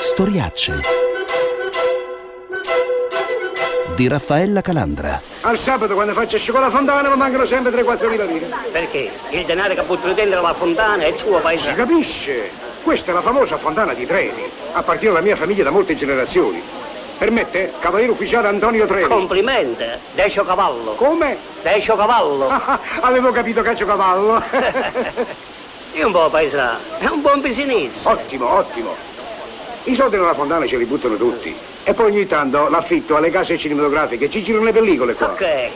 Storiacce di Raffaella Calandra. Al sabato quando faccio scicola fontana mi mancano sempre 3-4 mila lire. Perché? Il denaro che buttano dentro la fontana è tuo, paese. Si capisce? Questa è la famosa fontana di Trevi. Appartiene alla mia famiglia da molte generazioni. Permette? Cavaliere ufficiale Antonio Trevi. Complimenti, Decio Cavallo. Come? Decio Cavallo. Avevo capito Caccio Cavallo. Io un po' paesano, è un buon business. Ottimo, ottimo. I soldi nella fontana ce li buttano tutti. E poi ogni tanto l'affitto alle case cinematografiche, ci girano le pellicole qua. Ok.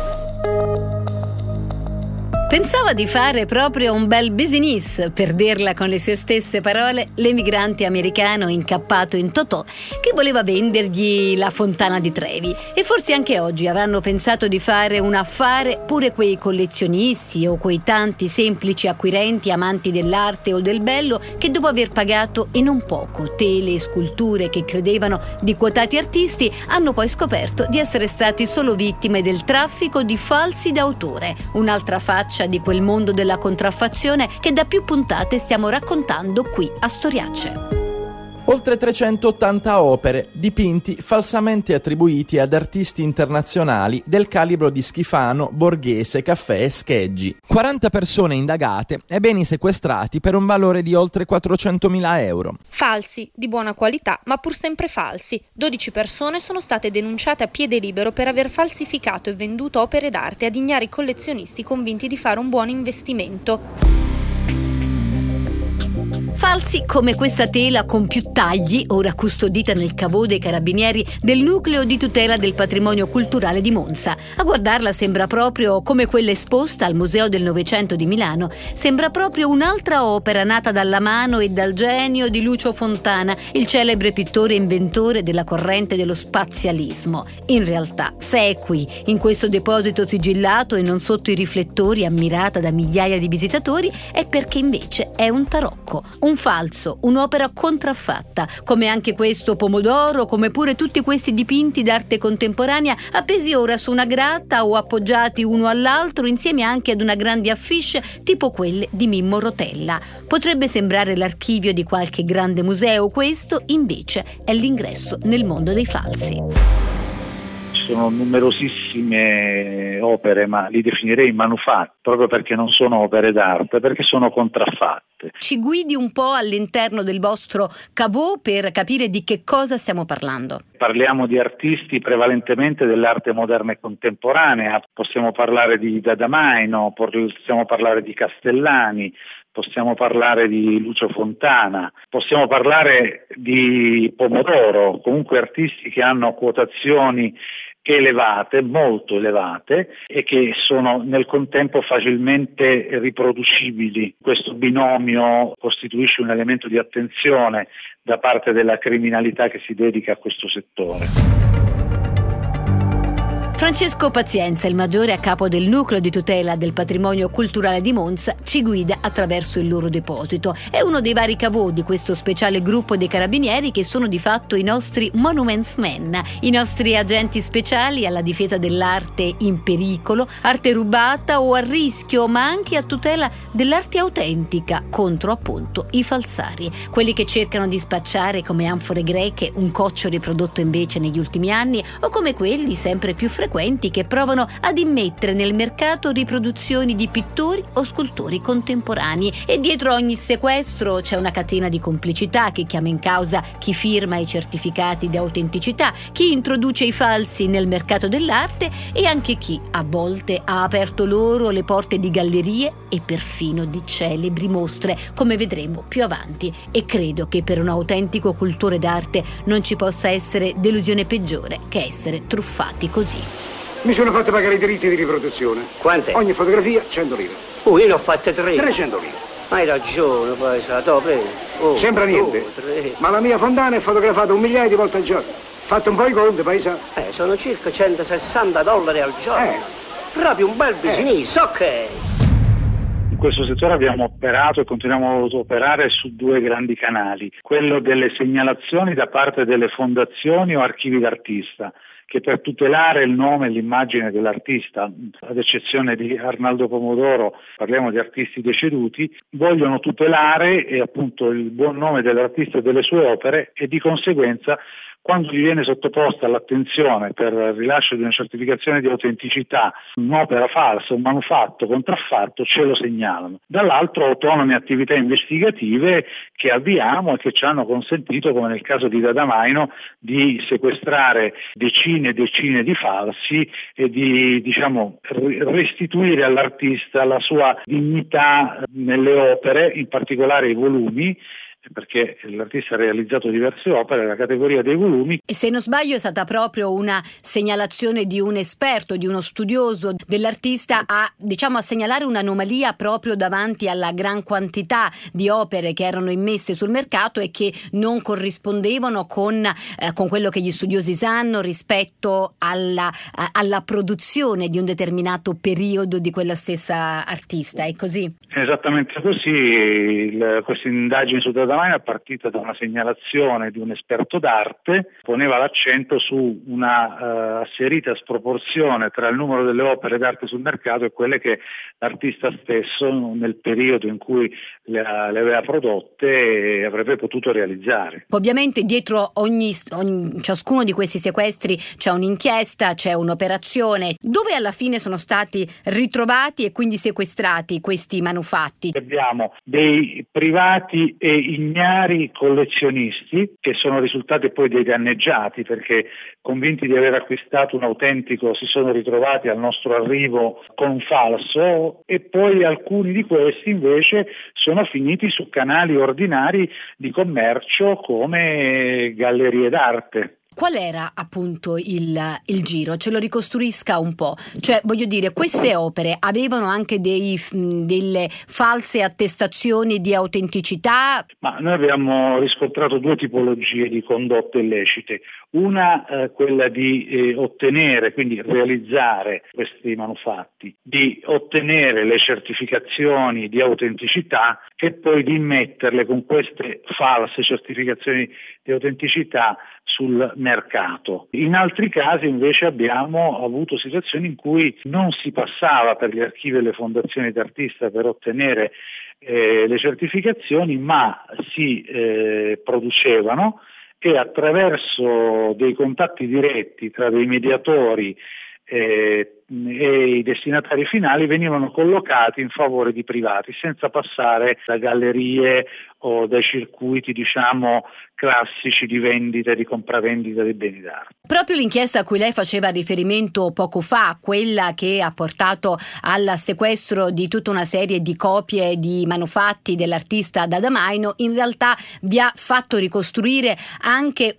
Pensava di fare proprio un bel business, per dirla con le sue stesse parole, l'emigrante americano incappato in totò che voleva vendergli la fontana di Trevi. E forse anche oggi avranno pensato di fare un affare pure quei collezionisti o quei tanti semplici acquirenti amanti dell'arte o del bello che dopo aver pagato e non poco tele e sculture che credevano di quotati artisti hanno poi scoperto di essere stati solo vittime del traffico di falsi d'autore, un'altra faccia di quel mondo della contraffazione che da più puntate stiamo raccontando qui a Storiacce. Oltre 380 opere, dipinti falsamente attribuiti ad artisti internazionali del calibro di Schifano, Borghese, Caffè e Scheggi. 40 persone indagate e beni sequestrati per un valore di oltre 400.000 euro. Falsi, di buona qualità, ma pur sempre falsi. 12 persone sono state denunciate a piede libero per aver falsificato e venduto opere d'arte ad ignari collezionisti convinti di fare un buon investimento. Falsi come questa tela con più tagli, ora custodita nel cavò dei carabinieri del nucleo di tutela del patrimonio culturale di Monza. A guardarla sembra proprio come quella esposta al Museo del Novecento di Milano. Sembra proprio un'altra opera nata dalla mano e dal genio di Lucio Fontana, il celebre pittore e inventore della corrente dello spazialismo. In realtà, se è qui, in questo deposito sigillato e non sotto i riflettori, ammirata da migliaia di visitatori, è perché invece è un tarocco. Un falso, un'opera contraffatta, come anche questo pomodoro, come pure tutti questi dipinti d'arte contemporanea appesi ora su una gratta o appoggiati uno all'altro insieme anche ad una grande affiche tipo quelle di Mimmo Rotella. Potrebbe sembrare l'archivio di qualche grande museo, questo invece è l'ingresso nel mondo dei falsi. Sono numerosissime opere, ma li definirei manufatti, proprio perché non sono opere d'arte, perché sono contraffatte. Ci guidi un po' all'interno del vostro cavò per capire di che cosa stiamo parlando. Parliamo di artisti prevalentemente dell'arte moderna e contemporanea, possiamo parlare di Dadamaino, possiamo parlare di Castellani, possiamo parlare di Lucio Fontana, possiamo parlare di Pomodoro, comunque artisti che hanno quotazioni elevate, molto elevate, e che sono nel contempo facilmente riproducibili. Questo binomio costituisce un elemento di attenzione da parte della criminalità che si dedica a questo settore. Francesco Pazienza, il maggiore a capo del nucleo di tutela del patrimonio culturale di Monza, ci guida attraverso il loro deposito. È uno dei vari cavò di questo speciale gruppo dei carabinieri che sono di fatto i nostri Monuments Men, i nostri agenti speciali alla difesa dell'arte in pericolo, arte rubata o a rischio, ma anche a tutela dell'arte autentica contro appunto i falsari, quelli che cercano di spacciare come anfore greche un coccio riprodotto invece negli ultimi anni, o come quelli sempre più frequenti che provano ad immettere nel mercato riproduzioni di pittori o scultori contemporanei. E dietro ogni sequestro c'è una catena di complicità che chiama in causa chi firma i certificati di autenticità, chi introduce i falsi nel mercato dell'arte e anche chi a volte ha aperto loro le porte di gallerie e perfino di celebri mostre, come vedremo più avanti. E credo che per un autentico cultore d'arte non ci possa essere delusione peggiore che essere truffati così. Mi sono fatto pagare i diritti di riproduzione. Quante? Ogni fotografia 100 lire. Io ne ho fatte 3. 300 lire. Hai ragione, poi Sembra niente, ma la mia fontana è fotografata 1 migliaio di volte al giorno. Fatto un po' i conti, paesano. Sono circa $160 al giorno. Proprio un bel business, ok. In questo settore abbiamo operato e continuiamo ad operare su 2 grandi canali, quello delle segnalazioni da parte delle fondazioni o archivi d'artista, che per tutelare il nome e l'immagine dell'artista, ad eccezione di Arnaldo Pomodoro, parliamo di artisti deceduti, vogliono tutelare appunto il buon nome dell'artista e delle sue opere, e di conseguenza quando gli viene sottoposta all'attenzione per il rilascio di una certificazione di autenticità un'opera falsa, un manufatto contraffatto, ce lo segnalano. Dall'altro autonome attività investigative che avviamo e che ci hanno consentito, come nel caso di Dadamaino, di sequestrare decine e decine di falsi e di restituire all'artista la sua dignità nelle opere, in particolare i volumi, perché l'artista ha realizzato diverse opere, la categoria dei volumi. E se non sbaglio è stata proprio una segnalazione di un esperto, di uno studioso dell'artista a segnalare un'anomalia proprio davanti alla gran quantità di opere che erano immesse sul mercato e che non corrispondevano con quello che gli studiosi sanno rispetto alla produzione di un determinato periodo di quella stessa artista. È così? Esattamente così. Questa indagine su Dadamaino è partita da una segnalazione di un esperto d'arte, poneva l'accento su una asserita sproporzione tra il numero delle opere d'arte sul mercato e quelle che l'artista stesso nel periodo in cui le aveva prodotte avrebbe potuto realizzare. Ovviamente dietro ciascuno di questi sequestri c'è un'inchiesta, c'è un'operazione. Dove alla fine sono stati ritrovati e quindi sequestrati questi manufatti? Abbiamo dei privati e ignari collezionisti che sono risultati poi dei danneggiati, perché convinti di aver acquistato un autentico si sono ritrovati al nostro arrivo con un falso, e poi alcuni di questi invece sono finiti su canali ordinari di commercio come gallerie d'arte. Qual era appunto il giro? Ce lo ricostruisca un po'. Cioè, voglio dire, queste opere avevano anche delle false attestazioni di autenticità? Ma noi abbiamo riscontrato due tipologie di condotte illecite. Una quella di ottenere, quindi realizzare questi manufatti, di ottenere le certificazioni di autenticità e poi di immetterle con queste false certificazioni di autenticità sul mercato. In altri casi invece abbiamo avuto situazioni in cui non si passava per gli archivi e le fondazioni d'artista per ottenere le certificazioni, ma si producevano e attraverso dei contatti diretti tra dei mediatori e i destinatari finali venivano collocati in favore di privati senza passare da gallerie o dai circuiti classici di vendita e di compravendita dei beni d'arte. Proprio l'inchiesta a cui lei faceva riferimento poco fa, quella che ha portato al sequestro di tutta una serie di copie di manufatti dell'artista Dadamaino, in realtà vi ha fatto ricostruire anche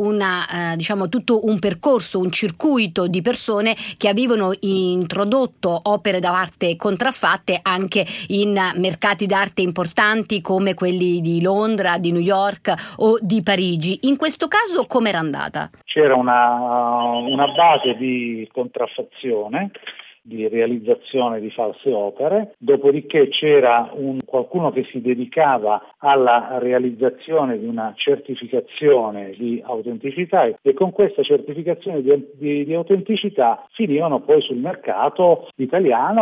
tutto un percorso, un circuito di persone che avevano introdotto opere d'arte contraffatte anche in mercati d'arte importanti come quelli di Londra, di New York o di Parigi. In questo caso come era andata? C'era una base di contraffazione, di realizzazione di false opere, dopodiché c'era qualcuno che si dedicava alla realizzazione di una certificazione di autenticità e con questa certificazione di autenticità finivano poi sul mercato italiano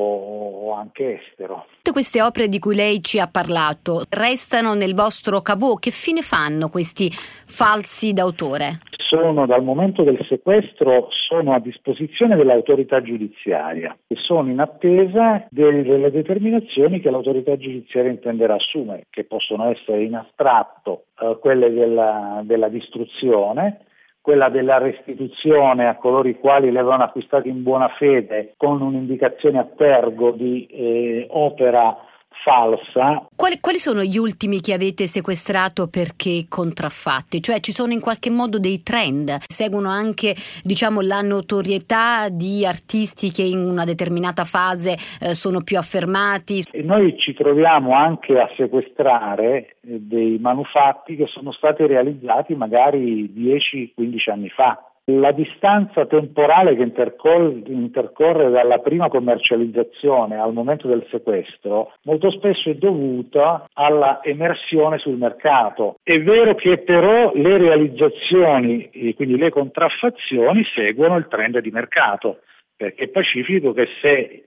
o anche estero. Tutte queste opere di cui lei ci ha parlato restano nel vostro caveau. Che fine fanno questi falsi d'autore? Dal momento del sequestro sono a disposizione dell'autorità giudiziaria e sono in attesa delle determinazioni che l'autorità giudiziaria intenderà assumere, che possono essere in astratto quelle della distruzione, quella della restituzione a coloro i quali le avevano acquistate in buona fede con un'indicazione a tergo di opera falsa. Quali sono gli ultimi che avete sequestrato perché contraffatti? Cioè ci sono in qualche modo dei trend? Seguono anche la notorietà di artisti che in una determinata fase sono più affermati? E noi ci troviamo anche a sequestrare dei manufatti che sono stati realizzati magari 10-15 anni fa. La distanza temporale che intercorre dalla prima commercializzazione al momento del sequestro molto spesso è dovuta alla emersione sul mercato. È vero che però le realizzazioni, quindi le contraffazioni, seguono il trend di mercato, perché è pacifico che se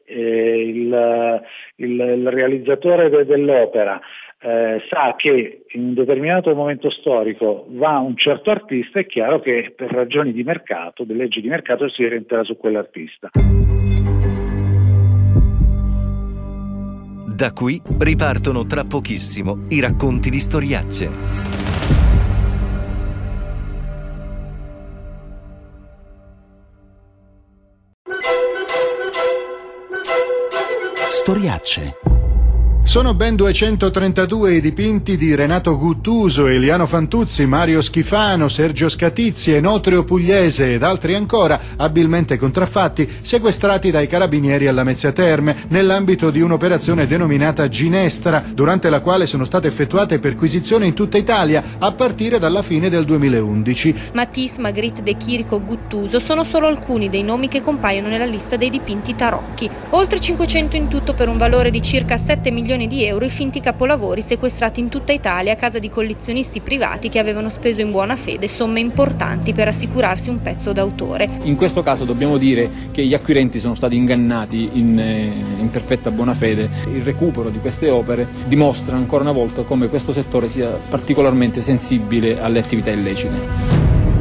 il realizzatore dell'opera sa che in un determinato momento storico va un certo artista, è chiaro che per ragioni di mercato, delle leggi di mercato, si orienterà su quell'artista. Da qui ripartono tra pochissimo i racconti di Storiacce. Storiacce. Sono ben 232 i dipinti di Renato Guttuso, Eliano Fantuzzi, Mario Schifano, Sergio Scatizzi, Enotrio Pugliese ed altri ancora, abilmente contraffatti, sequestrati dai carabinieri alla Lamezia Terme, nell'ambito di un'operazione denominata Ginestra, durante la quale sono state effettuate perquisizioni in tutta Italia, a partire dalla fine del 2011. Matisse, Magritte, De Chirico, Guttuso sono solo alcuni dei nomi che compaiono nella lista dei dipinti tarocchi. Oltre 500 in tutto, per un valore di circa 7 milioni di euro, i finti capolavori sequestrati in tutta Italia a casa di collezionisti privati che avevano speso in buona fede somme importanti per assicurarsi un pezzo d'autore. In questo caso dobbiamo dire che gli acquirenti sono stati ingannati in perfetta buona fede. Il recupero di queste opere dimostra ancora una volta come questo settore sia particolarmente sensibile alle attività illecite.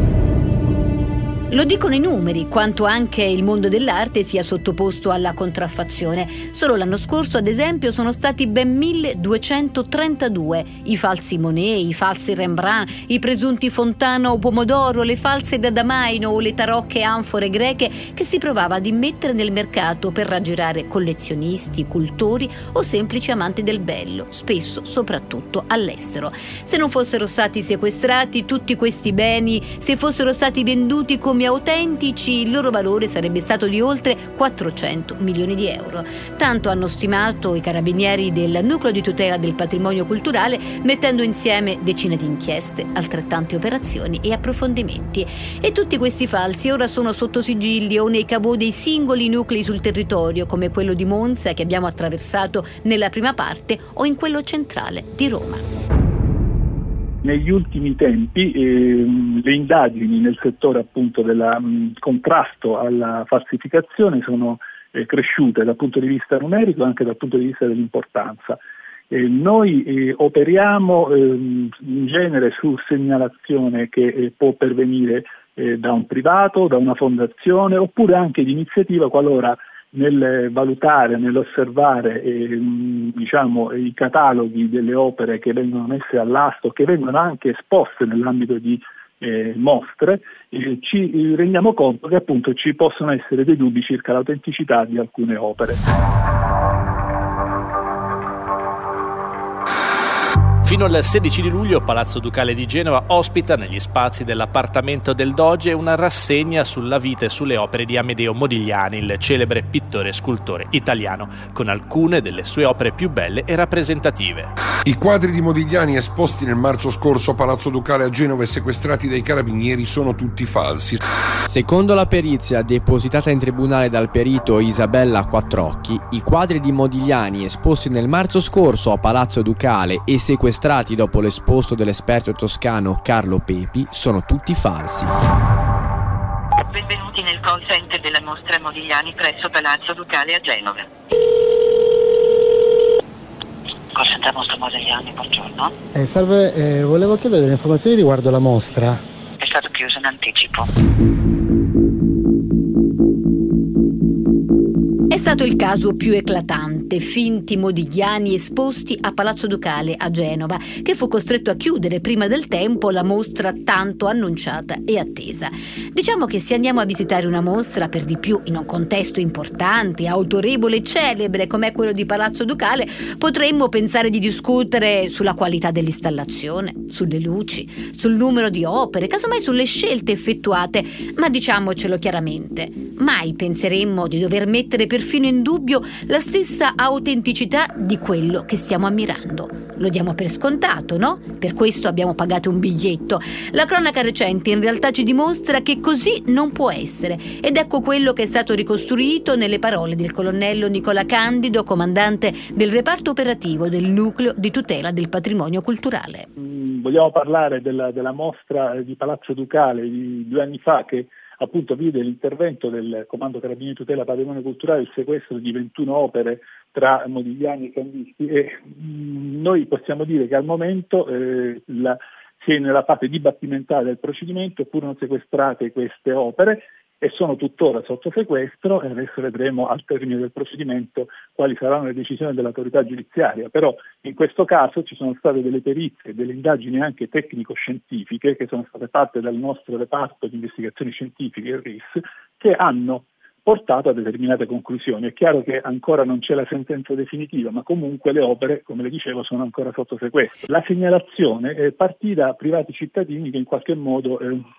Lo dicono i numeri, quanto anche il mondo dell'arte sia sottoposto alla contraffazione. Solo l'anno scorso, ad esempio, sono stati ben 1232 i falsi Monet, i falsi Rembrandt, i presunti Fontana o Pomodoro, le false Dadamaino o le tarocche anfore greche che si provava ad immettere nel mercato per raggirare collezionisti, cultori o semplici amanti del bello, spesso soprattutto all'estero. Se non fossero stati sequestrati tutti questi beni, se fossero stati venduti come autentici, il loro valore sarebbe stato di oltre 400 milioni di euro. Tanto hanno stimato i carabinieri del Nucleo di tutela del patrimonio culturale, mettendo insieme decine di inchieste, altrettante operazioni e approfondimenti. E tutti questi falsi ora sono sotto sigilli o nei caveau dei singoli nuclei sul territorio, come quello di Monza che abbiamo attraversato nella prima parte, o in quello centrale di Roma. Negli ultimi tempi le indagini nel settore appunto del contrasto alla falsificazione sono cresciute dal punto di vista numerico e anche dal punto di vista dell'importanza. Noi operiamo in genere su segnalazione che può pervenire da un privato, da una fondazione oppure anche di iniziativa qualora nel valutare, nell'osservare i cataloghi delle opere che vengono messe all'asto, che vengono anche esposte nell'ambito di mostre, ci rendiamo conto che appunto ci possono essere dei dubbi circa l'autenticità di alcune opere. Fino al 16 di luglio Palazzo Ducale di Genova ospita negli spazi dell'appartamento del Doge una rassegna sulla vita e sulle opere di Amedeo Modigliani, il celebre pittore e scultore italiano, con alcune delle sue opere più belle e rappresentative. I quadri di Modigliani esposti nel marzo scorso a Palazzo Ducale a Genova e sequestrati dai carabinieri sono tutti falsi. Secondo la perizia depositata in tribunale dal perito Isabella Quattrocchi, i quadri di Modigliani esposti nel marzo scorso a Palazzo Ducale e sequestrati dopo l'esposto dell'esperto toscano Carlo Pepi sono tutti falsi. Benvenuti nel call center della mostra Modigliani presso Palazzo Ducale a Genova. Call center mostra Modigliani, buongiorno. Salve, volevo chiedere delle informazioni riguardo la mostra. È stato chiuso in anticipo. È stato il caso più eclatante, finti Modigliani esposti a Palazzo Ducale a Genova, che fu costretto a chiudere prima del tempo la mostra tanto annunciata e attesa. Diciamo che se andiamo a visitare una mostra, per di più in un contesto importante, autorevole e celebre come è quello di Palazzo Ducale, potremmo pensare di discutere sulla qualità dell'installazione, sulle luci, sul numero di opere, casomai sulle scelte effettuate, ma diciamocelo chiaramente, mai penseremmo di dover mettere perfino mettono in dubbio la stessa autenticità di quello che stiamo ammirando. Lo diamo per scontato, no? Per questo abbiamo pagato un biglietto. La cronaca recente in realtà ci dimostra che così non può essere, ed ecco quello che è stato ricostruito nelle parole del colonnello Nicola Candido, comandante del reparto operativo del nucleo di tutela del patrimonio culturale. Vogliamo parlare della mostra di Palazzo Ducale di 2 anni fa, che appunto vide l'intervento del Comando Carabinieri Tutela Patrimonio Culturale, il sequestro di 21 opere tra Modigliani e Candisti, e noi possiamo dire che al momento si è nella fase dibattimentale del procedimento, furono sequestrate queste opere e sono tuttora sotto sequestro, e adesso vedremo al termine del procedimento quali saranno le decisioni dell'autorità giudiziaria. Però in questo caso ci sono state delle perizie, delle indagini anche tecnico-scientifiche che sono state fatte dal nostro reparto di investigazioni scientifiche, il RIS, che hanno portato a determinate conclusioni. È chiaro che ancora non c'è la sentenza definitiva, ma comunque le opere, come le dicevo, sono ancora sotto sequestro. La segnalazione partì da privati cittadini che in qualche modo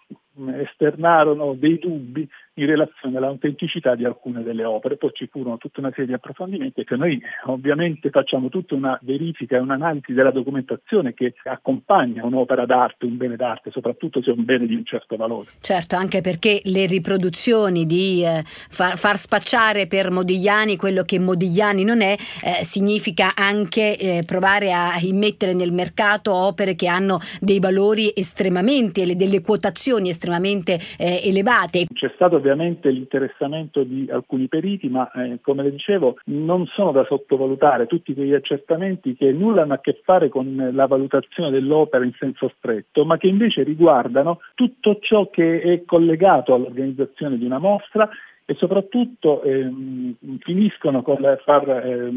esternarono dei dubbi in relazione all'autenticità di alcune delle opere. Poi ci furono tutta una serie di approfondimenti che noi ovviamente facciamo tutta una verifica e un'analisi della documentazione che accompagna un'opera d'arte, un bene d'arte, soprattutto se è un bene di un certo valore. Certo, anche perché le riproduzioni di far spacciare per Modigliani quello che Modigliani non è, significa anche provare a immettere nel mercato opere che hanno dei valori estremamente, delle quotazioni estremamente elevate. C'è stato ovviamente l'interessamento di alcuni periti, ma come le dicevo non sono da sottovalutare tutti quegli accertamenti che nulla hanno a che fare con la valutazione dell'opera in senso stretto, ma che invece riguardano tutto ciò che è collegato all'organizzazione di una mostra e soprattutto finiscono con far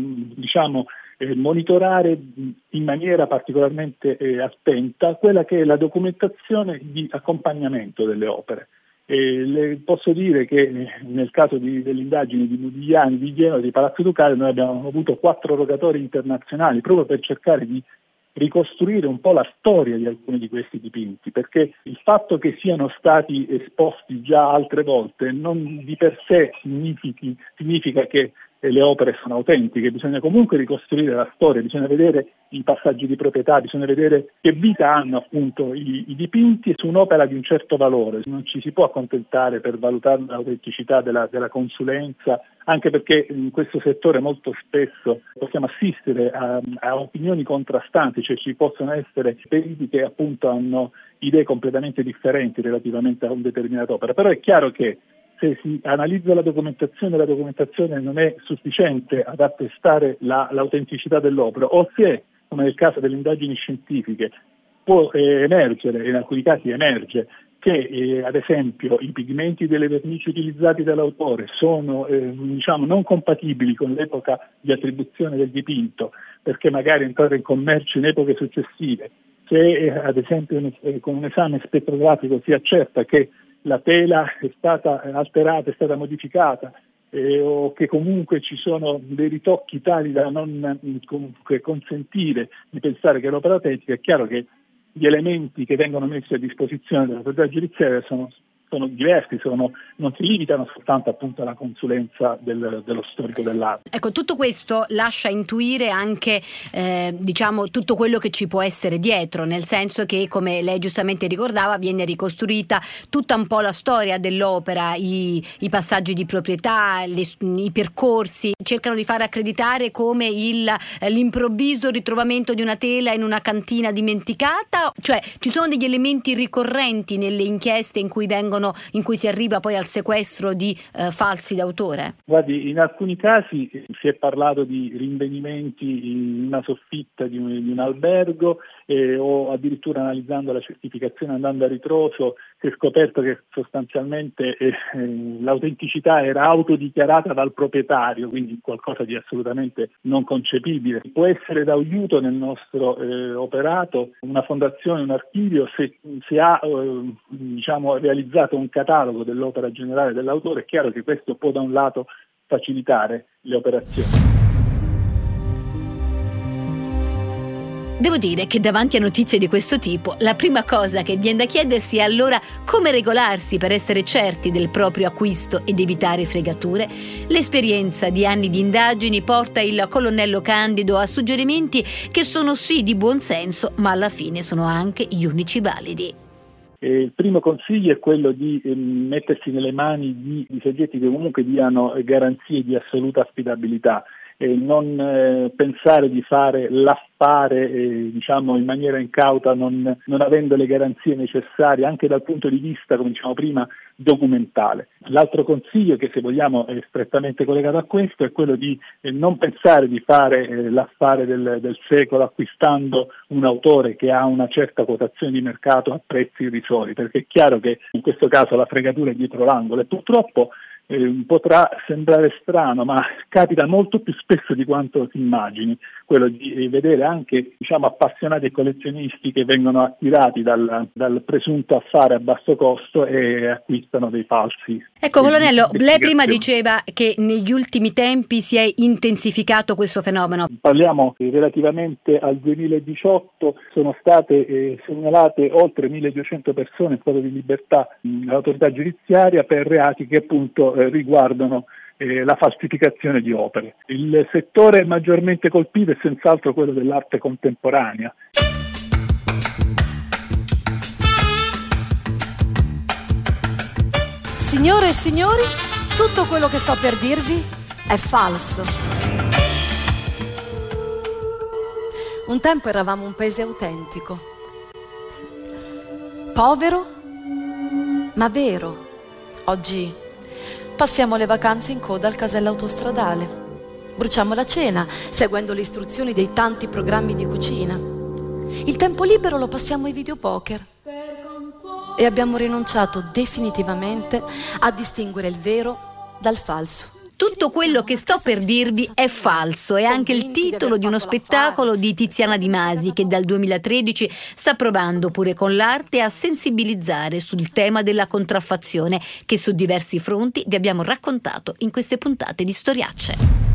monitorare in maniera particolarmente attenta quella che è la documentazione di accompagnamento delle opere. Le posso dire che nel caso delle indagini di Modigliani, di Genova, di Palazzo Ducale, noi abbiamo avuto 4 rogatori internazionali proprio per cercare di ricostruire un po' la storia di alcuni di questi dipinti, perché il fatto che siano stati esposti già altre volte non di per sé significa che le opere sono autentiche. Bisogna comunque ricostruire la storia, bisogna vedere i passaggi di proprietà, bisogna vedere che vita hanno appunto i dipinti su un'opera di un certo valore. Non ci si può accontentare per valutare l'autenticità della consulenza, anche perché in questo settore molto spesso possiamo assistere a opinioni contrastanti, cioè ci possono essere periti che appunto hanno idee completamente differenti relativamente a un determinato opera. Però è chiaro che se si analizza la documentazione non è sufficiente ad attestare l'autenticità dell'opera, o se, come nel caso delle indagini scientifiche, può emergere, in alcuni casi emerge, che ad esempio i pigmenti delle vernici utilizzati dall'autore sono non compatibili con l'epoca di attribuzione del dipinto, perché magari entrare in commercio in epoche successive, se ad esempio con un esame spettrografico si accerta che la tela è stata alterata, è stata modificata, o che comunque ci sono dei ritocchi tali da non comunque consentire di pensare che l'opera autentica, è chiaro che gli elementi che vengono messi a disposizione dell'autorità giudiziaria sono diversi, non si limitano soltanto appunto alla consulenza dello storico dell'arte. Ecco, tutto questo lascia intuire anche tutto quello che ci può essere dietro, nel senso che, come lei giustamente ricordava, viene ricostruita tutta un po' la storia dell'opera, i passaggi di proprietà, i percorsi, cercano di far accreditare come l'improvviso ritrovamento di una tela in una cantina dimenticata, cioè ci sono degli elementi ricorrenti nelle inchieste in cui si arriva poi al sequestro di falsi d'autore? Guardi, in alcuni casi si è parlato di rinvenimenti in una soffitta di un albergo, o addirittura analizzando la certificazione, andando a ritroso, si è scoperto che sostanzialmente l'autenticità era autodichiarata dal proprietario, quindi qualcosa di assolutamente non concepibile. Può essere d'aiuto nel nostro operato una fondazione, un archivio, se ha realizzato un catalogo dell'opera generale dell'autore. È chiaro che questo può da un lato facilitare le operazioni. Devo dire che davanti a notizie di questo tipo, la prima cosa che viene da chiedersi è allora come regolarsi per essere certi del proprio acquisto ed evitare fregature. L'esperienza di anni di indagini porta il colonnello Candido a suggerimenti che sono sì di buon senso, ma alla fine sono anche gli unici validi. Il primo consiglio è quello di mettersi nelle mani di soggetti che comunque diano garanzie di assoluta affidabilità. Non pensare di fare l'affare in maniera incauta, non avendo le garanzie necessarie anche dal punto di vista, come diciamo prima, documentale. L'altro consiglio, che se vogliamo è strettamente collegato a questo, è quello di non pensare di fare l'affare del secolo acquistando un autore che ha una certa quotazione di mercato a prezzi irrisori, perché è chiaro che in questo caso la fregatura è dietro l'angolo e purtroppo potrà sembrare strano, ma capita molto più spesso di quanto si immagini, quello di vedere anche appassionati e collezionisti che vengono attirati dal presunto affare a basso costo e acquistano dei falsi. Ecco, colonnello, lei prima diceva che negli ultimi tempi si è intensificato questo fenomeno. Parliamo relativamente al 2018, sono state segnalate oltre 1.200 persone in stato di libertà all'autorità giudiziaria per reati che appunto riguardano la falsificazione di opere. Il settore maggiormente colpito è senz'altro quello dell'arte contemporanea. Signore e signori, tutto quello che sto per dirvi è falso. Un tempo eravamo un paese autentico, povero ma vero. Oggi passiamo le vacanze in coda al casello autostradale. Bruciamo la cena, seguendo le istruzioni dei tanti programmi di cucina. Il tempo libero lo passiamo ai videopoker. E abbiamo rinunciato definitivamente a distinguere il vero dal falso. Tutto quello che sto per dirvi è falso, è anche il titolo di uno spettacolo di Tiziana Di Masi che dal 2013 sta provando pure con l'arte a sensibilizzare sul tema della contraffazione che su diversi fronti vi abbiamo raccontato in queste puntate di Storiacce.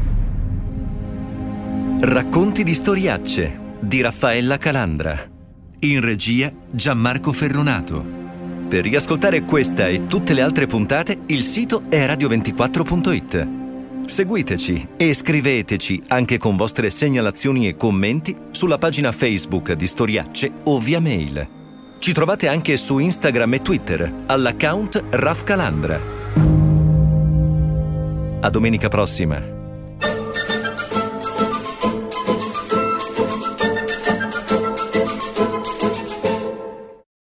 Racconti di Storiacce di Raffaella Calandra. In regia Gianmarco Ferronato. Per riascoltare questa e tutte le altre puntate, il sito è radio24.it. Seguiteci e scriveteci anche con vostre segnalazioni e commenti sulla pagina Facebook di Storiacce o via mail. Ci trovate anche su Instagram e Twitter all'account Raf Calandra. A domenica prossima.